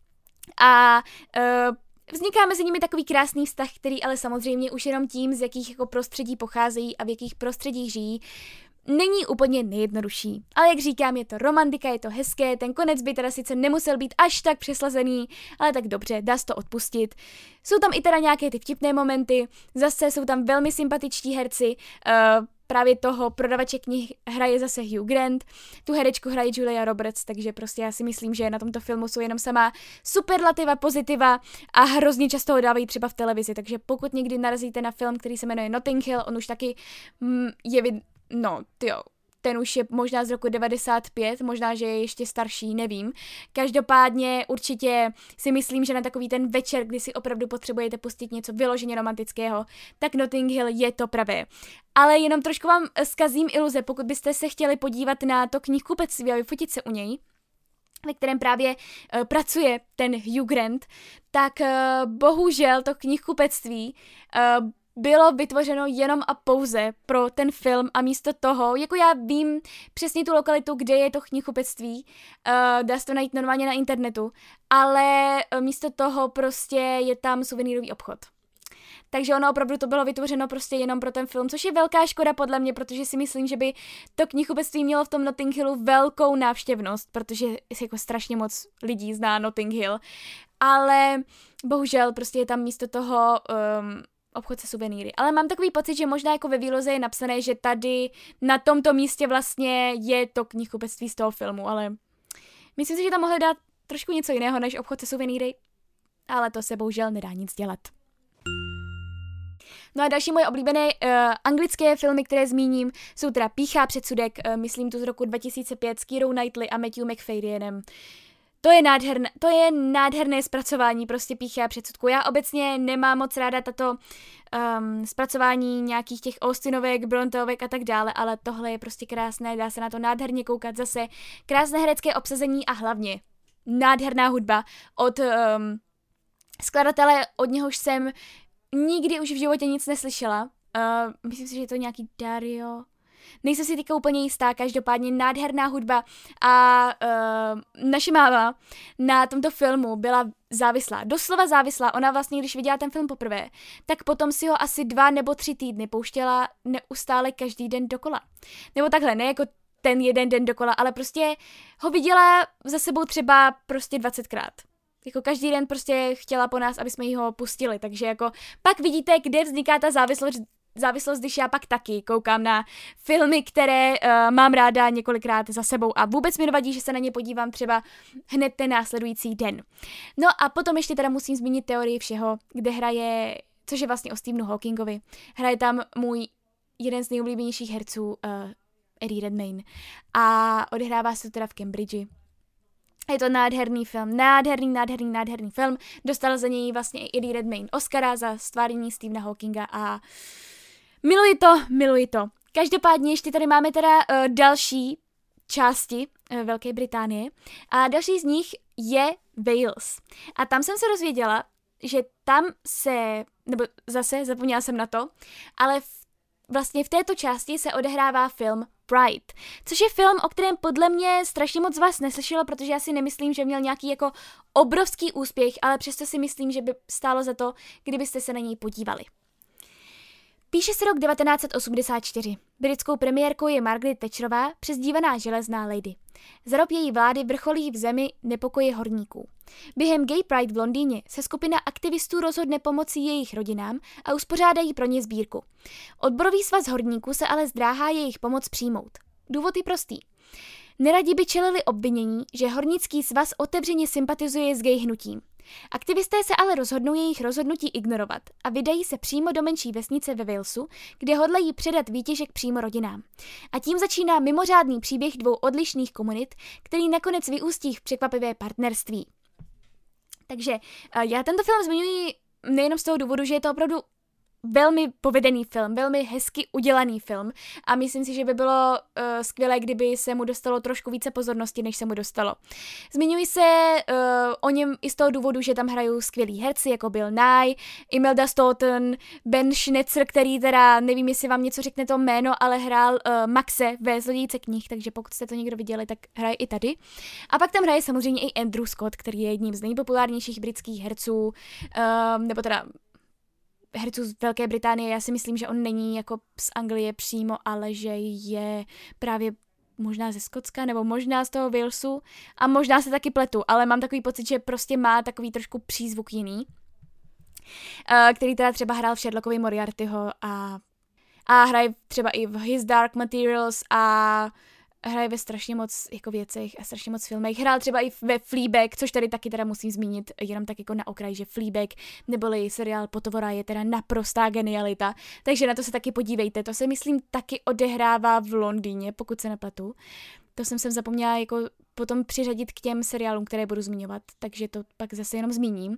A uh, vzniká mezi nimi takový krásný vztah, který ale samozřejmě už jenom tím, z jakých jako prostředí pocházejí a v jakých prostředích žijí, není úplně nejjednodušší. Ale jak říkám, je to romantika, je to hezké, ten konec by teda sice nemusel být až tak přeslazený, ale tak dobře, dá se to odpustit. Jsou tam i teda nějaké ty vtipné momenty, zase jsou tam velmi sympatičtí herci, uh, právě toho prodavače knih hraje zase Hugh Grant, tu herečku hraje Julia Roberts, takže prostě já si myslím, že na tomto filmu jsou jenom samá superlativa, pozitiva a hrozně často ho dávají třeba v televizi, takže pokud někdy narazíte na film, který se jmenuje Notting Hill, on už taky mm, je vid... no, tyjo, ten už je možná z roku devadesát pět, možná, že je ještě starší, nevím. Každopádně určitě si myslím, že na takový ten večer, kdy si opravdu potřebujete pustit něco vyloženě romantického, tak Notting Hill je to pravé. Ale jenom trošku vám zkazím iluze, pokud byste se chtěli podívat na to knihkupectví a vyfotit se u něj, ve kterém právě uh, pracuje ten Hugh Grant, tak uh, bohužel to knihkupectví uh, bylo vytvořeno jenom a pouze pro ten film a místo toho, jako já vím přesně tu lokalitu, kde je to knihkupectví, uh, dá se to najít normálně na internetu, ale místo toho prostě je tam suvenýrový obchod. Takže ono opravdu to bylo vytvořeno prostě jenom pro ten film, což je velká škoda podle mě, protože si myslím, že by to knihkupectví mělo v tom Notting Hillu velkou návštěvnost, protože jako strašně moc lidí zná Notting Hill, ale bohužel prostě je tam místo toho um, obchod se suvenýry. Ale mám takový pocit, že možná jako ve výloze je napsané, že tady na tomto místě vlastně je to knihkupectví z toho filmu, ale myslím si, že tam mohli dát trošku něco jiného než obchod se suvenýry, ale to se bohužel nedá nic dělat. No a další moje oblíbené uh, anglické filmy, které zmíním, jsou teda Pýcha, předsudek, uh, myslím tu z roku dva tisíce pět s Keirou Knightley a Matthew McFadyenem. To je, nádherné, to je nádherné zpracování prostě Pýchy a předsudku. Já obecně nemám moc ráda tato um, zpracování nějakých těch Austinovek, Bronteovek a tak dále, ale tohle je prostě krásné, dá se na to nádherně koukat, zase krásné herecké obsazení a hlavně nádherná hudba od um, skladatele, od něhož jsem nikdy už v životě nic neslyšela. Uh, myslím si, že je to nějaký Dario. Nejsem si teďka úplně jistá, každopádně nádherná hudba a uh, naše máma na tomto filmu byla závislá, doslova závislá. Ona vlastně, když viděla ten film poprvé, tak potom si ho asi dva nebo tři týdny pouštěla neustále každý den dokola. Nebo takhle, ne jako ten jeden den dokola, ale prostě ho viděla za sebou třeba prostě dvacetkrát. Jako každý den prostě chtěla po nás, aby jsme jí ho pustili, takže jako pak vidíte, kde vzniká ta závislost, závislost, když já pak taky koukám na filmy, které uh, mám ráda několikrát za sebou a vůbec mi nevadí, že se na ně podívám třeba hned ten následující den. No a potom ještě teda musím zmínit Teorii všeho, kde hraje, což je vlastně o Stephenu Hawkingovi, hraje tam můj jeden z nejoblíbenějších herců, uh, Eddie Redmayne, a odehrává se to teda v Cambridge. Je to nádherný film, nádherný, nádherný, nádherný film. Dostal za něj vlastně i Eddie Redmayne Oscara za stváření Stephena Hawkinga a miluji to, miluji to. Každopádně ještě tady máme teda uh, další části uh, Velké Británie a další z nich je Wales. A tam jsem se dozvěděla, že tam se, nebo zase zapomněla jsem na to, ale v, vlastně v této části se odehrává film Pride, což je film, o kterém podle mě strašně moc z vás neslyšelo, protože já si nemyslím, že měl nějaký jako obrovský úspěch, ale přesto si myslím, že by stálo za to, kdybyste se na něj podívali. Píše se rok devatenáct set osmdesát čtyři. Britskou premiérkou je Margaret Thatcherová, přezdívaná železná lady. Za rob její vlády vrcholí v zemi nepokoje horníků. Během Gay Pride v Londýně se skupina aktivistů rozhodne pomoci jejich rodinám a uspořádají pro ně sbírku. Odborový svaz horníků se ale zdráhá jejich pomoc přijmout. Důvod je prostý. Neradi by čelili obvinění, že hornický svaz otevřeně sympatizuje s gay hnutím. Aktivisté se ale rozhodnou jejich rozhodnutí ignorovat a vydají se přímo do menší vesnice ve Walesu, kde hodlají předat výtěžek přímo rodinám. A tím začíná mimořádný příběh dvou odlišných komunit, který nakonec vyústí v překvapivé partnerství. Takže já tento film zmiňuji nejenom z toho důvodu, že je to opravdu velmi povedený film, velmi hezky udělaný film a myslím si, že by bylo uh, skvělé, kdyby se mu dostalo trošku více pozornosti, než se mu dostalo. Zmiňuji se uh, o něm i z toho důvodu, že tam hrajou skvělí herci, jako Bill Nye, Imelda Staunton, Ben Schnitzer, který teda, nevím, jestli vám něco řekne to jméno, ale hrál uh, Maxe ve Zlodějce knih, takže pokud jste to někdo viděli, tak hraje i tady. A pak tam hraje samozřejmě i Andrew Scott, který je jedním z nejpopulárnějších britských herců, uh, nebo teda herců z Velké Británie. Já si myslím, že on není jako z Anglie přímo, ale že je právě možná ze Skotska, nebo možná z toho Walesu a možná se taky pletu, ale mám takový pocit, že prostě má takový trošku přízvuk jiný, který teda třeba hrál v Sherlockovi Moriartyho a, a hraje třeba i v His Dark Materials a hraje ve strašně moc jako věcech a strašně moc filmech. Hrál třeba i ve Fleabag, což tady taky teda musím zmínit, jenom tak jako na okraj, že Fleabag neboli seriál Potovora je teda naprostá genialita, takže na to se taky podívejte. To se myslím taky odehrává v Londýně, pokud se nepletu. To jsem sem zapomněla jako potom přiřadit k těm seriálům, které budu zmiňovat, takže to pak zase jenom zmíním.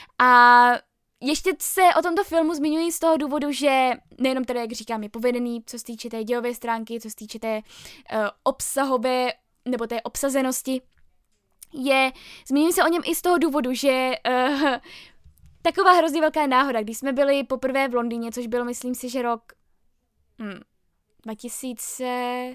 A ještě se o tomto filmu zmiňuji z toho důvodu, že nejenom tedy, jak říkám, je povedený, co se týče té dějové stránky, co se týče té uh, obsahové nebo té obsazenosti, je, zmiňuji se o něm i z toho důvodu, že uh, taková hrozně velká náhoda, když jsme byli poprvé v Londýně, což byl, myslím si, že rok hmm, dva tisíce,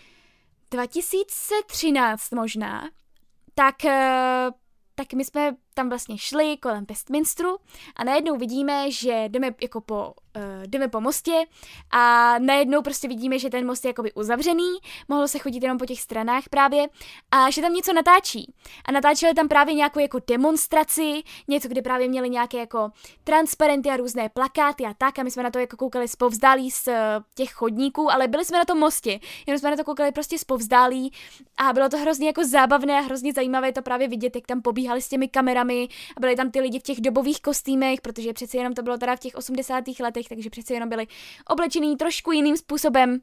dva tisíce třináct možná, tak uh, tak my jsme tam vlastně šli kolem Westminsteru a najednou vidíme, že jdeme jako po, uh, jdeme po mostě a najednou prostě vidíme, že ten most je jakoby uzavřený, mohlo se chodit jenom po těch stranách právě a že tam něco natáčí. A natáčeli tam právě nějakou jako demonstraci, něco, kde právě měli nějaké jako transparenty a různé plakáty a tak a my jsme na to jako koukali zpovzdálí z uh, těch chodníků, ale byli jsme na tom mostě, jenom jsme na to koukali prostě zpovzdálí a bylo to hrozně jako zábavné a hrozně zajímavé to právě vidět, jak tam pobíhali s těmi kamerami a byli tam ty lidi v těch dobových kostýmech, protože přece jenom to bylo teda v těch osmdesátých letech, takže přece jenom byli oblečení trošku jiným způsobem.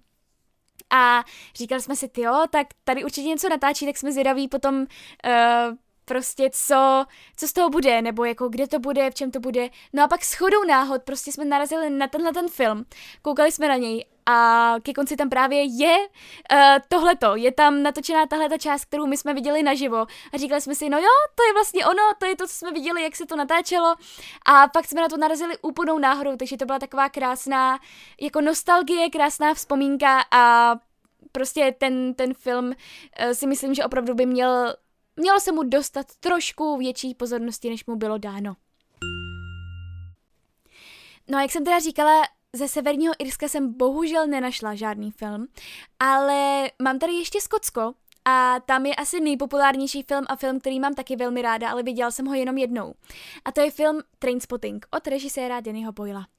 A říkali jsme si, tyjo, tak tady určitě něco natáčí, tak jsme zvědaví potom uh, prostě co, co z toho bude, nebo jako kde to bude, v čem to bude. No a pak shodou náhod prostě jsme narazili na tenhle ten film, koukali jsme na něj a ke konci tam právě je uh, tohleto, je tam natočená tahleta část, kterou my jsme viděli naživo a říkali jsme si, no jo, to je vlastně ono, to je to, co jsme viděli, jak se to natáčelo a pak jsme na to narazili úplnou náhodou, takže to byla taková krásná jako nostalgie, krásná vzpomínka a prostě ten, ten film uh, si myslím, že opravdu by měl Mělo se mu dostat trošku větší pozornosti, než mu bylo dáno. No a jak jsem teda říkala, ze Severního Irska jsem bohužel nenašla žádný film, ale mám tady ještě Skotsko a tam je asi nejpopulárnější film a film, který mám taky velmi ráda, ale viděla jsem ho jenom jednou. A to je film Trainspotting od režiséra Dannyho Boyla.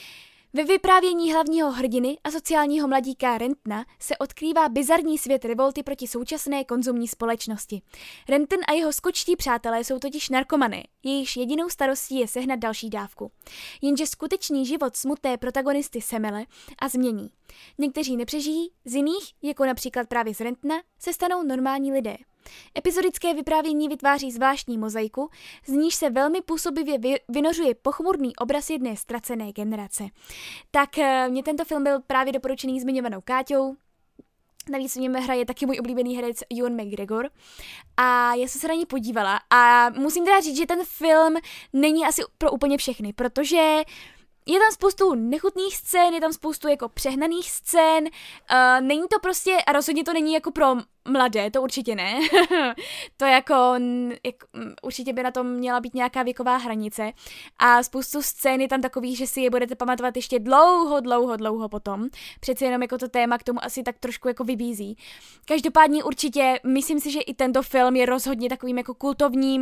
Ve vyprávění hlavního hrdiny a sociálního mladíka Rentona se odkrývá bizarní svět revolty proti současné konzumní společnosti. Renton a jeho skotští přátelé jsou totiž narkomané, jejichž jedinou starostí je sehnat další dávku. Jenže skutečný život smutné protagonisty semele a změní. Někteří nepřežijí, z jiných, jako například právě z Rentona, se stanou normální lidé. Epizodické vyprávění vytváří zvláštní mozaiku, z níž se velmi působivě vy, vynořuje pochmurný obraz jedné ztracené generace. Tak mě tento film byl právě doporučený zmiňovanou Káťou, navíc v něm hraje taky můj oblíbený herec Ewan McGregor a já jsem se na ní podívala a musím teda říct, že ten film není asi pro úplně všechny, protože je tam spoustu nechutných scén, je tam spoustu jako přehnaných scén, uh, není to prostě, a rozhodně to není jako pro mladé, to určitě ne, to jako, jako, určitě by na tom měla být nějaká věková hranice a spoustu scén je tam takových, že si je budete pamatovat ještě dlouho, dlouho, dlouho potom, přeci jenom jako to téma k tomu asi tak trošku jako vybízí. Každopádně určitě, myslím si, že i tento film je rozhodně takovým jako kultovním,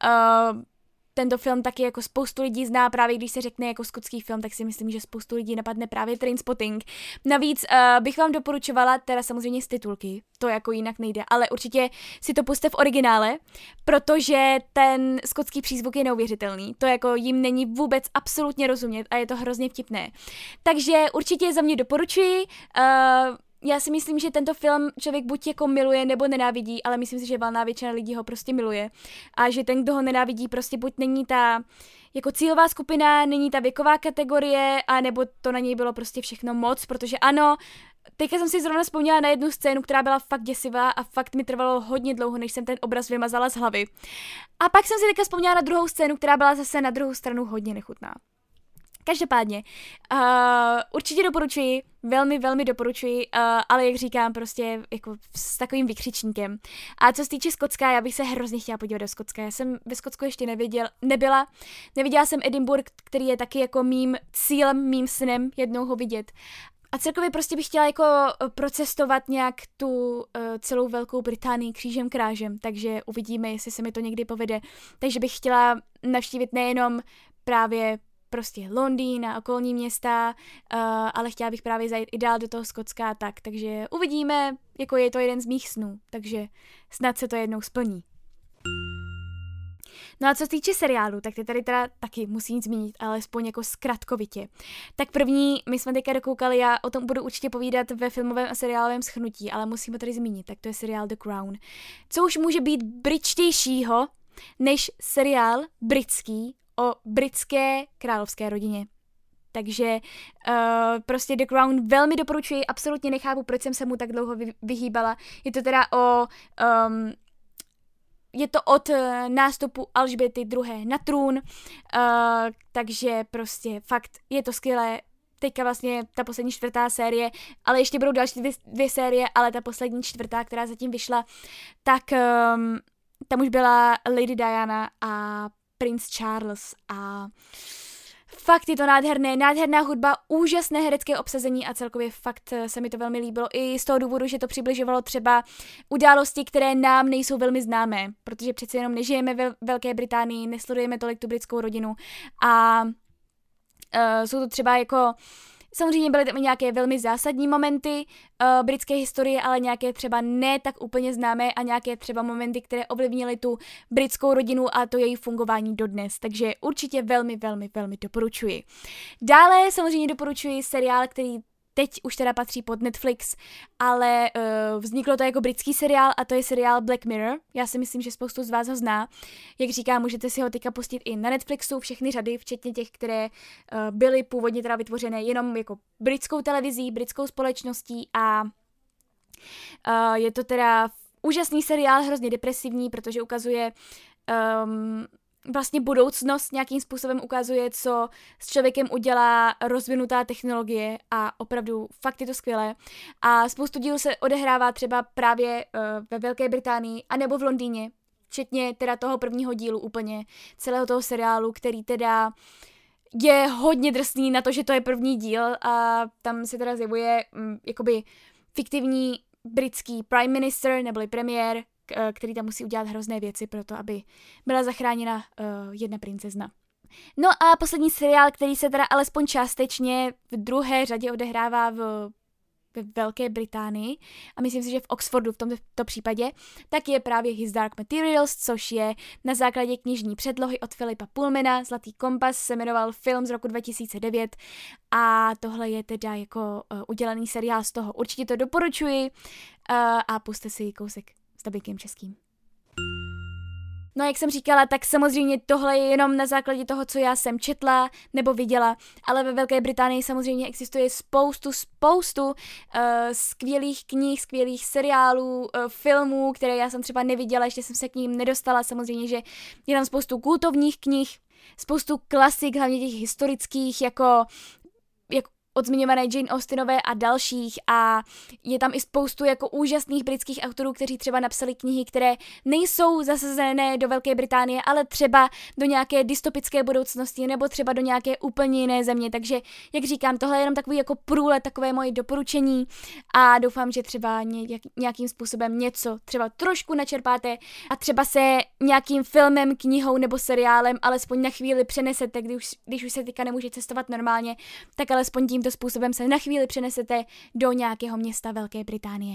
uh, Tento film taky jako spoustu lidí zná, právě když se řekne jako skotský film, tak si myslím, že spoustu lidí napadne právě Trainspotting. Navíc uh, bych vám doporučovala, teda samozřejmě z titulky, to jako jinak nejde, ale určitě si to puste v originále, protože ten skotský přízvuk je neuvěřitelný. To jako jim není vůbec absolutně rozumět a je to hrozně vtipné. Takže určitě za mě doporučuji. Uh, Já si myslím, že tento film člověk buď jako miluje nebo nenávidí, ale myslím si, že valná většina lidí ho prostě miluje. A že ten, kdo ho nenávidí, prostě buď není ta jako cílová skupina, není ta věková kategorie, a nebo to na něj bylo prostě všechno moc, protože ano, teďka jsem si zrovna vzpomněla na jednu scénu, která byla fakt děsivá a fakt mi trvalo hodně dlouho, než jsem ten obraz vymazala z hlavy. A pak jsem si teďka vzpomněla na druhou scénu, která byla zase na druhou stranu hodně nechutná. Každopádně, uh, určitě doporučuji, velmi, velmi doporučuji, uh, ale jak říkám, prostě jako s takovým vykřičníkem. A co se týče Skotska, já bych se hrozně chtěla podívat do Skotska. Já jsem ve Skotsku ještě neviděl, nebyla, neviděla jsem Edinburgh, který je taky jako mým cílem, mým snem jednou ho vidět. A celkově prostě bych chtěla jako procestovat nějak tu uh, celou Velkou Británii křížem krážem, takže uvidíme, jestli se mi to někdy povede. Takže bych chtěla navštívit nejenom právě prostě Londýn a okolní města, uh, ale chtěla bych právě zajít i dál do toho Skotska a tak, takže uvidíme, jako je to jeden z mých snů, takže snad se to jednou splní. No a co se týče seriálu, tak ty tady teda taky musím zmínit, alespoň jako zkratkovitě. Tak první, my jsme teďka dokoukali, já o tom budu určitě povídat ve filmovém a seriálovém shrnutí, ale musím ho tady zmínit, tak to je seriál The Crown. Co už může být britštějšího než seriál britský o britské královské rodině. Takže uh, prostě The Crown velmi doporučuji, absolutně nechápu, proč jsem se mu tak dlouho vy- vyhýbala. Je to teda o... Um, je to od uh, nástupu Alžběty druhé na trůn, uh, takže prostě fakt je to skvělé. Teďka vlastně ta poslední čtvrtá série, ale ještě budou další dvě, dvě série, ale ta poslední čtvrtá, která zatím vyšla, tak um, tam už byla Lady Diana a Prince Charles a fakt je to nádherné, nádherná hudba, úžasné herecké obsazení a celkově fakt se mi to velmi líbilo i z toho důvodu, že to přibližovalo třeba události, které nám nejsou velmi známé, protože přece jenom nežijeme ve Velké Británii, nesledujeme tolik tu britskou rodinu a uh, jsou to třeba jako... Samozřejmě byly tam nějaké velmi zásadní momenty uh, britské historie, ale nějaké třeba ne tak úplně známé a nějaké třeba momenty, které ovlivnily tu britskou rodinu a to její fungování dodnes. Takže určitě velmi, velmi, velmi doporučuji. Dále samozřejmě doporučuji seriál, který teď už teda patří pod Netflix, ale uh, vzniklo to jako britský seriál a to je seriál Black Mirror. Já si myslím, že spoustu z vás ho zná. Jak říkám, můžete si ho teďka pustit i na Netflixu, všechny řady, včetně těch, které uh, byly původně teda vytvořené jenom jako britskou televizí, britskou společností a uh, je to teda úžasný seriál, hrozně depresivní, protože ukazuje um, vlastně budoucnost nějakým způsobem ukazuje, co s člověkem udělá rozvinutá technologie a opravdu fakt je to skvělé. A spoustu dílů se odehrává třeba právě uh, ve Velké Británii anebo v Londýně, včetně teda toho prvního dílu úplně celého toho seriálu, který teda je hodně drsný na to, že to je první díl a tam se teda zjevuje um, jakoby fiktivní britský prime minister neboli premiér, který tam musí udělat hrozné věci pro to, aby byla zachráněna uh, jedna princezna. No a poslední seriál, který se teda alespoň částečně v druhé řadě odehrává v, v Velké Británii a myslím si, že v Oxfordu v tomto případě, tak je právě His Dark Materials, což je na základě knižní předlohy od Philippa Pullmana. Zlatý kompas se jmenoval film z roku dva tisíce devět a tohle je teda jako uh, udělaný seriál z toho. Určitě to doporučuji uh, a puste si kousek s dabingem českým. No jak jsem říkala, tak samozřejmě tohle je jenom na základě toho, co já jsem četla nebo viděla, ale ve Velké Británii samozřejmě existuje spoustu, spoustu uh, skvělých knih, skvělých seriálů, uh, filmů, které já jsem třeba neviděla, ještě jsem se k ním nedostala, samozřejmě, že je tam spoustu kultovních knih, spoustu klasik, hlavně těch historických, jako, jako od zmiňované Jane Austenové a dalších a je tam i spoustu jako úžasných britských autorů, kteří třeba napsali knihy, které nejsou zasazené do Velké Británie, ale třeba do nějaké dystopické budoucnosti nebo třeba do nějaké úplně jiné země, takže jak říkám, tohle je jenom takový jako průlet, takové moje doporučení a doufám, že třeba nějakým způsobem něco třeba trošku načerpáte a třeba se nějakým filmem, knihou nebo seriálem alespoň na chvíli přenesete, když už, když už se teďka nemůže cestovat normálně, tak alespoň tím tímto způsobem se na chvíli přenesete do nějakého města Velké Británie.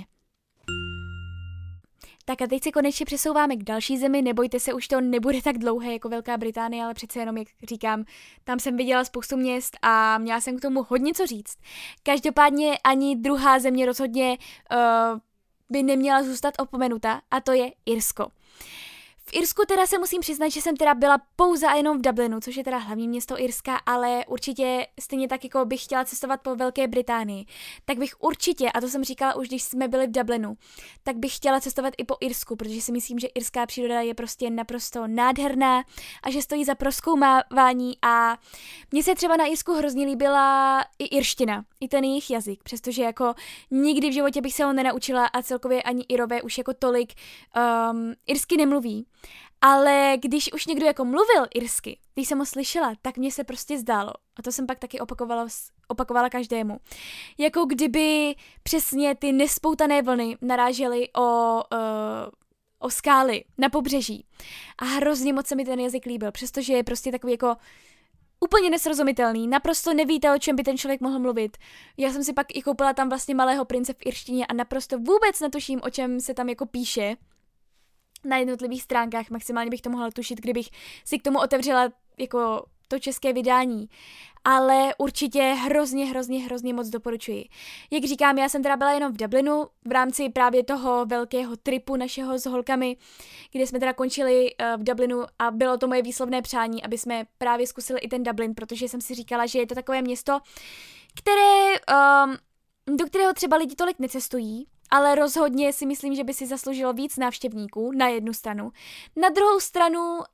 Tak a teď se konečně přesouváme k další zemi, nebojte se, už to nebude tak dlouhé jako Velká Británie, ale přece jenom, jak říkám, tam jsem viděla spoustu měst a měla jsem k tomu hodně co říct. Každopádně ani druhá země rozhodně uh, by neměla zůstat opomenuta a to je Irsko. V Irsku teda se musím přiznat, že jsem teda byla pouze a jenom v Dublinu, což je teda hlavní město Irska, ale určitě stejně tak, jako bych chtěla cestovat po Velké Británii, tak bych určitě, a to jsem říkala už, když jsme byli v Dublinu, tak bych chtěla cestovat i po Irsku, protože si myslím, že irská příroda je prostě naprosto nádherná a že stojí za prozkoumávání a mně se třeba na Irsku hrozně líbila i irština, i ten jejich jazyk, přestože jako nikdy v životě bych se ho nenaučila a celkově ani Irové už jako tolik um, irsky nemluví. Ale když už někdo jako mluvil irsky, když jsem ho slyšela, tak mně se prostě zdálo, a to jsem pak taky opakovala, opakovala každému, jako kdyby přesně ty nespoutané vlny narážely o, uh, o skály na pobřeží. A hrozně moc se mi ten jazyk líbil, přestože je prostě takový jako úplně nesrozumitelný, naprosto nevíte, o čem by ten člověk mohl mluvit. Já jsem si pak i koupila tam vlastně Malého prince v irštině a naprosto vůbec netuším, o čem se tam jako píše na jednotlivých stránkách, maximálně bych to mohla tušit, kdybych si k tomu otevřela jako to české vydání, ale určitě hrozně, hrozně, hrozně moc doporučuji. Jak říkám, já jsem teda byla jenom v Dublinu v rámci právě toho velkého tripu našeho s holkami, kde jsme teda končili v Dublinu a bylo to moje výslovné přání, aby jsme právě zkusili i ten Dublin, protože jsem si říkala, že je to takové město, které, um, do kterého třeba lidi tolik necestují, ale rozhodně si myslím, že by si zasloužilo víc návštěvníků na jednu stranu. Na druhou stranu uh,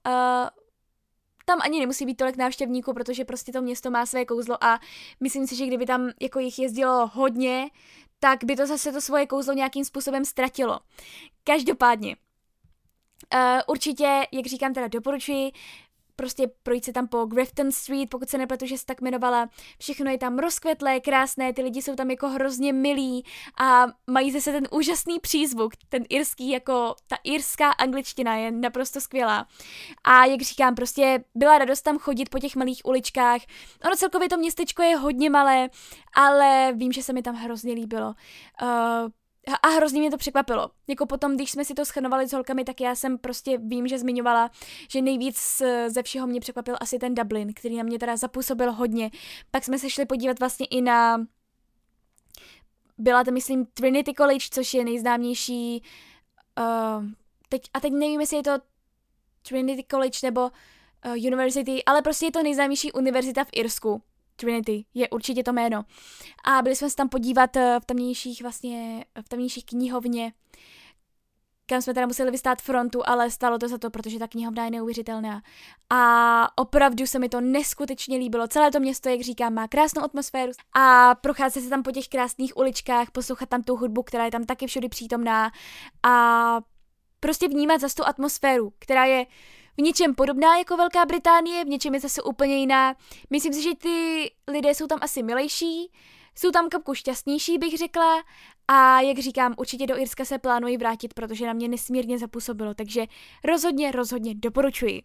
tam ani nemusí být tolik návštěvníků, protože prostě to město má své kouzlo a myslím si, že kdyby tam jako jich jezdilo hodně, tak by to zase to svoje kouzlo nějakým způsobem ztratilo. Každopádně, uh, určitě, jak říkám, teda doporučuji, prostě projít se tam po Grafton Street, pokud se nepletu, že se tak jmenovala. Všechno je tam rozkvetlé, krásné, ty lidi jsou tam jako hrozně milí a mají zase ten úžasný přízvuk, ten irský, jako ta irská angličtina je naprosto skvělá. A jak říkám, prostě byla radost tam chodit po těch malých uličkách. Ono celkově to městečko je hodně malé, ale vím, že se mi tam hrozně líbilo. Uh, A hrozně mě to překvapilo. Jako potom, když jsme si to shrnovali s holkami, tak já jsem prostě vím, že zmiňovala, že nejvíc ze všeho mě překvapil asi ten Dublin, který na mě teda zapůsobil hodně. Pak jsme se šli podívat vlastně i na... Byla to, myslím, Trinity College, což je nejznámější... Uh, teď, a teď nevím, jestli je to Trinity College nebo uh, University, ale prostě je to nejznámější univerzita v Irsku. Trinity je určitě to jméno. A byli jsme se tam podívat v tamnějších vlastně, v tamnějších knihovně, kam jsme teda museli vystát frontu, ale stalo to za to, protože ta knihovna je neuvěřitelná. A opravdu se mi to neskutečně líbilo. Celé to město, jak říkám, má krásnou atmosféru a procházet se tam po těch krásných uličkách, poslouchat tam tu hudbu, která je tam taky všude přítomná a prostě vnímat zase tu atmosféru, která je v něčem podobná jako Velká Británie, v něčem je zase úplně jiná. Myslím si, že ty lidé jsou tam asi milejší, jsou tam kapku šťastnější, bych řekla. A jak říkám, určitě do Irska se plánuji vrátit, protože na mě nesmírně zapůsobilo, takže rozhodně, rozhodně doporučuji.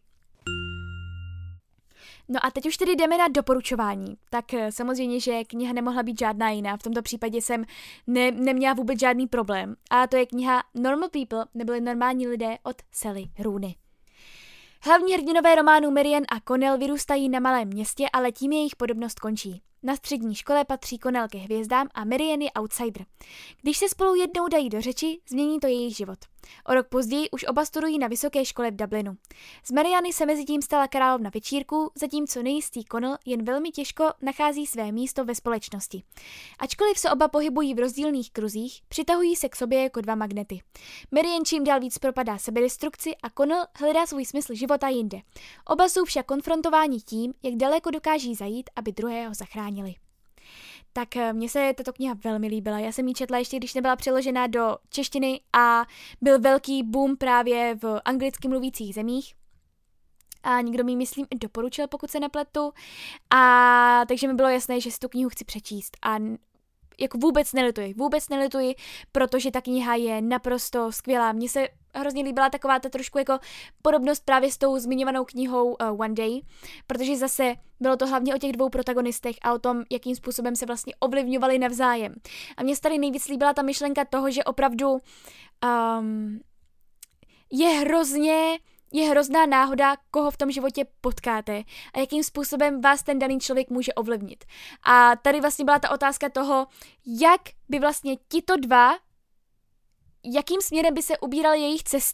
No a teď už tedy jdeme na doporučování. Tak samozřejmě, že kniha nemohla být žádná jiná. V tomto případě jsem ne, neměla vůbec žádný problém. A to je kniha Normal People, neboli normální lidé od Sally Rooney. Hlavní hrdinové románu Marian a Connell vyrůstají na malém městě, ale tím jejich podobnost končí. Na střední škole patří Connell ke hvězdám a Marian je outsider. Když se spolu jednou dají do řeči, změní to jejich život. O rok později už oba studují na vysoké škole v Dublinu. Z Mariany se mezitím stala královna večírků, zatímco nejistý Connell jen velmi těžko nachází své místo ve společnosti. Ačkoliv se oba pohybují v rozdílných kruzích, přitahují se k sobě jako dva magnety. Marian čím dál víc propadá sebedestrukci a Connell hledá svůj smysl života jinde. Oba jsou však konfrontováni tím, jak daleko dokáží zajít, aby druhého zachránili. Tak mně se tato kniha velmi líbila. Já jsem ji četla ještě, když nebyla přeložená do češtiny a byl velký boom právě v anglicky mluvících zemích. A někdo mi, myslím, doporučil, pokud se nepletu. A takže mi bylo jasné, že si tu knihu chci přečíst. A jako vůbec nelituji, vůbec nelituji, protože ta kniha je naprosto skvělá. Mně se hrozně líbila taková ta trošku jako podobnost právě s tou zmiňovanou knihou uh, One Day, protože zase bylo to hlavně o těch dvou protagonistech a o tom, jakým způsobem se vlastně ovlivňovali navzájem. A mně se tady nejvíc líbila ta myšlenka toho, že opravdu um, je hrozně Je hrozná náhoda, koho v tom životě potkáte a jakým způsobem vás ten daný člověk může ovlivnit. A tady vlastně byla ta otázka toho, jak by vlastně tito dva, jakým směrem by se ubíraly jejich cesty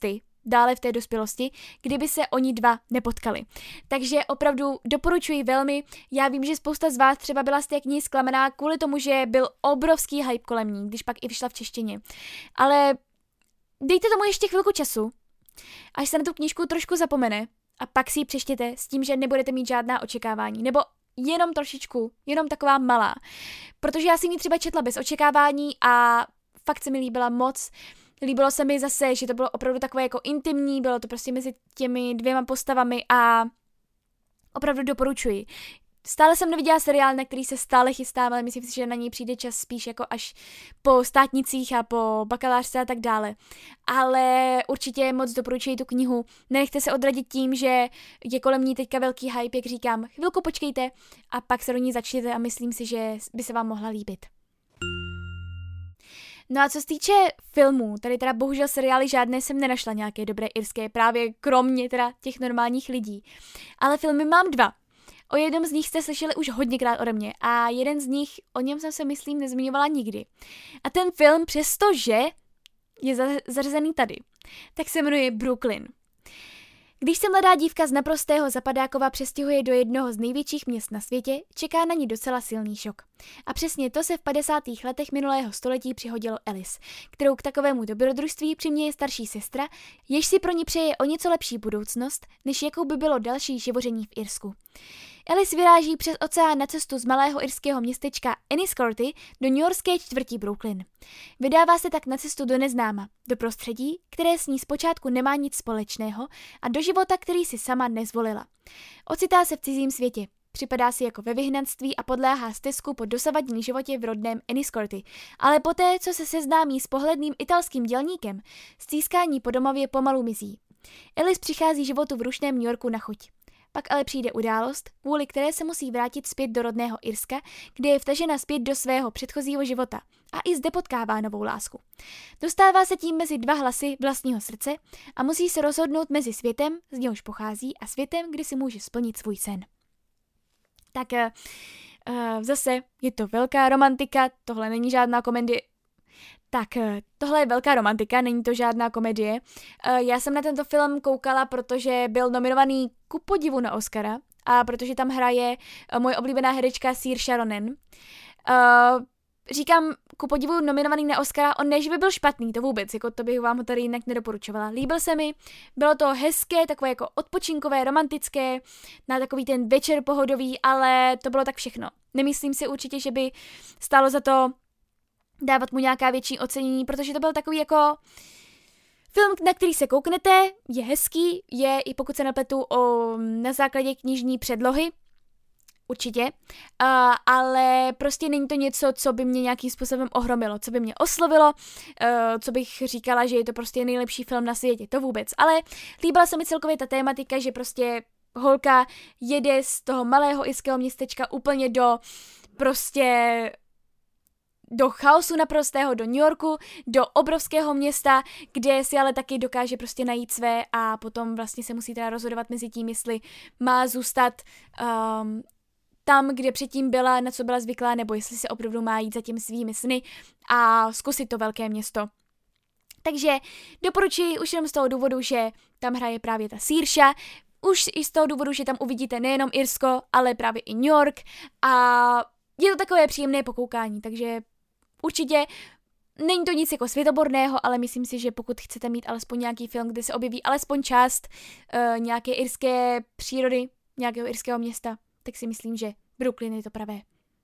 dále v té dospělosti, kdyby se oni dva nepotkali. Takže opravdu doporučuji velmi. Já vím, že spousta z vás třeba byla z té knihy zklamaná kvůli tomu, že byl obrovský hype kolem ní, když pak i vyšla v češtině. Ale dejte tomu ještě chvilku času, až se na tu knížku trošku zapomene a pak si ji přečtěte s tím, že nebudete mít žádná očekávání. Nebo jenom trošičku, jenom taková malá. Protože já si ji třeba četla bez očekávání a fakt se mi líbila moc. Líbilo se mi zase, že to bylo opravdu takové jako intimní, bylo to prostě mezi těmi dvěma postavami a opravdu doporučuji. Stále jsem neviděla seriál, na který se stále chystám, ale myslím si, že na něj přijde čas spíš jako až po státnicích a po bakalářce a tak dále. Ale určitě moc doporučuji tu knihu. Nenechte se odradit tím, že je kolem ní teďka velký hype, jak říkám. Chvilku počkejte a pak se do ní začněte a myslím si, že by se vám mohla líbit. No a co se týče filmů, tady teda bohužel seriály žádné jsem nenašla nějaké dobré irské, právě kromě teda těch normálních lidí. Ale filmy mám dva. O jednom z nich jste slyšeli už hodněkrát ode mě a jeden z nich, o něm jsem se myslím nezmiňovala nikdy. A ten film, přestože je zařazený tady, tak se jmenuje Brooklyn. Když se mladá dívka z naprostého Zapadákova přestěhuje do jednoho z největších měst na světě, čeká na ní docela silný šok. A přesně to se v padesátých letech minulého století přihodilo Alice, kterou k takovému dobrodružství přiměje starší sestra, jež si pro ní přeje o něco lepší budoucnost, než jakou by bylo další živoření v Irsku. Alice vyráží přes oceán na cestu z malého irského městečka Enniscorthy do newyorské čtvrti Brooklyn. Vydává se tak na cestu do neznáma, do prostředí, které s ní zpočátku nemá nic společného a do života, který si sama nezvolila. Ocitá se v cizím světě, připadá si jako ve vyhnanství a podléhá stezku po dosavadním životě v rodném Enniscorthy, ale poté, co se seznámí s pohledným italským dělníkem, stýskání po domově pomalu mizí. Alice přichází životu v rušném New Yorku na chuť. Pak ale přijde událost, kvůli které se musí vrátit zpět do rodného Irska, kde je vtažena zpět do svého předchozího života a i zde potkává novou lásku. Dostává se tím mezi dva hlasy vlastního srdce a musí se rozhodnout mezi světem, z něhož pochází, a světem, kde si může splnit svůj sen. Tak uh, zase je to velká romantika, tohle není žádná komedie. Tak, tohle je velká romantika, není to žádná komedie. Já jsem na tento film koukala, protože byl nominovaný ku podivu na Oscara a protože tam hraje moje oblíbená herečka Saoirse Ronan. Říkám ku podivu nominovaný na Oscara, on ne, že by byl špatný, to vůbec, jako to bych vám ho tady jinak nedoporučovala. Líbil se mi, bylo to hezké, takové jako odpočinkové, romantické, na takový ten večer pohodový, ale to bylo tak všechno. Nemyslím si určitě, že by stálo za to dávat mu nějaká větší ocenění, protože to byl takový jako film, na který se kouknete, je hezký, je, i pokud se nepletu, o, na základě knižní předlohy, určitě, uh, ale prostě není to něco, co by mě nějakým způsobem ohromilo, co by mě oslovilo, uh, co bych říkala, že je to prostě nejlepší film na světě, to vůbec, ale líbila se mi celkově ta tématika, že prostě holka jede z toho malého irského městečka úplně do prostě do chaosu naprostého, do New Yorku, do obrovského města, kde si ale taky dokáže prostě najít své a potom vlastně se musí teda rozhodovat mezi tím, jestli má zůstat um, tam, kde předtím byla, na co byla zvyklá, nebo jestli se opravdu má jít za těmi svými sny a zkusit to velké město. Takže doporučuji už jenom z toho důvodu, že tam hraje právě ta Saoirse, už i z toho důvodu, že tam uvidíte nejenom Irsko, ale právě i New York a je to takové příjemné pokoukání, takže určitě není to nic jako světoborného, ale myslím si, že pokud chcete mít alespoň nějaký film, kde se objeví alespoň část uh, nějaké irské přírody, nějakého irského města, tak si myslím, že Brooklyn je to pravé.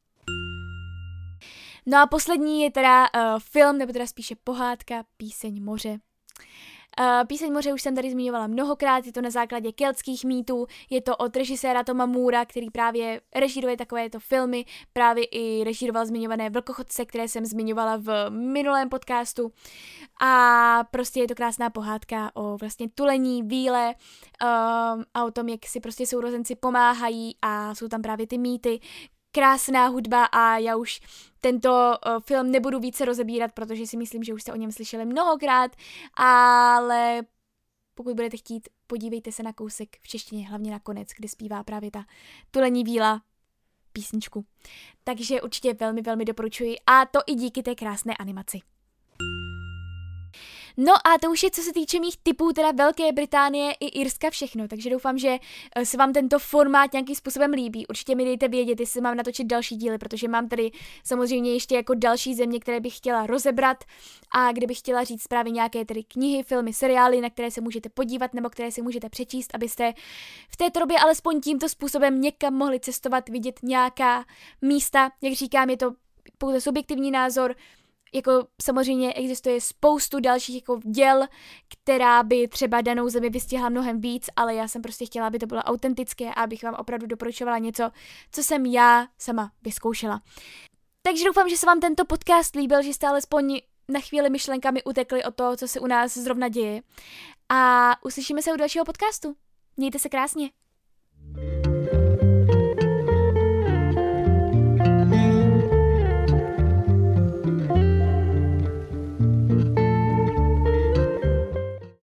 No a poslední je teda uh, film, nebo teda spíše pohádka Píseň moře. Uh, Píseň moře už jsem tady zmiňovala mnohokrát, je to na základě keltských mýtů, je to od režiséra Toma Moora, který právě režíruje takovéto filmy, právě i režíroval zmiňované Vlkochodce, které jsem zmiňovala v minulém podcastu a prostě je to krásná pohádka o vlastně tulení, víle um, a o tom, jak si prostě sourozenci pomáhají a jsou tam právě ty mýty, krásná hudba a já už tento uh, film nebudu více rozebírat, protože si myslím, že už jste o něm slyšeli mnohokrát, ale pokud budete chtít, podívejte se na kousek v češtině, hlavně na konec, kde zpívá právě ta Tulení víla písničku. Takže určitě velmi, velmi doporučuji a to i díky té krásné animaci. No a to už je, co se týče mých tipů, teda Velké Británie i Irska všechno, takže doufám, že se vám tento formát nějakým způsobem líbí. Určitě mi dejte vědět, jestli mám natočit další díly, protože mám tady samozřejmě ještě jako další země, které bych chtěla rozebrat a kde bych chtěla říct právě nějaké tedy knihy, filmy, seriály, na které se můžete podívat nebo které si můžete přečíst, abyste v této době alespoň tímto způsobem někam mohli cestovat, vidět nějaká místa. Jak říkám, je to pouze subjektivní názor. Jako samozřejmě existuje spoustu dalších jako děl, která by třeba danou zemi vystihla mnohem víc, ale já jsem prostě chtěla, aby to bylo autentické a abych vám opravdu doporučovala něco, co jsem já sama vyzkoušela. Takže doufám, že se vám tento podcast líbil, že jste alespoň na chvíli myšlenkami utekli o to, co se u nás zrovna děje. A uslyšíme se u dalšího podcastu. Mějte se krásně.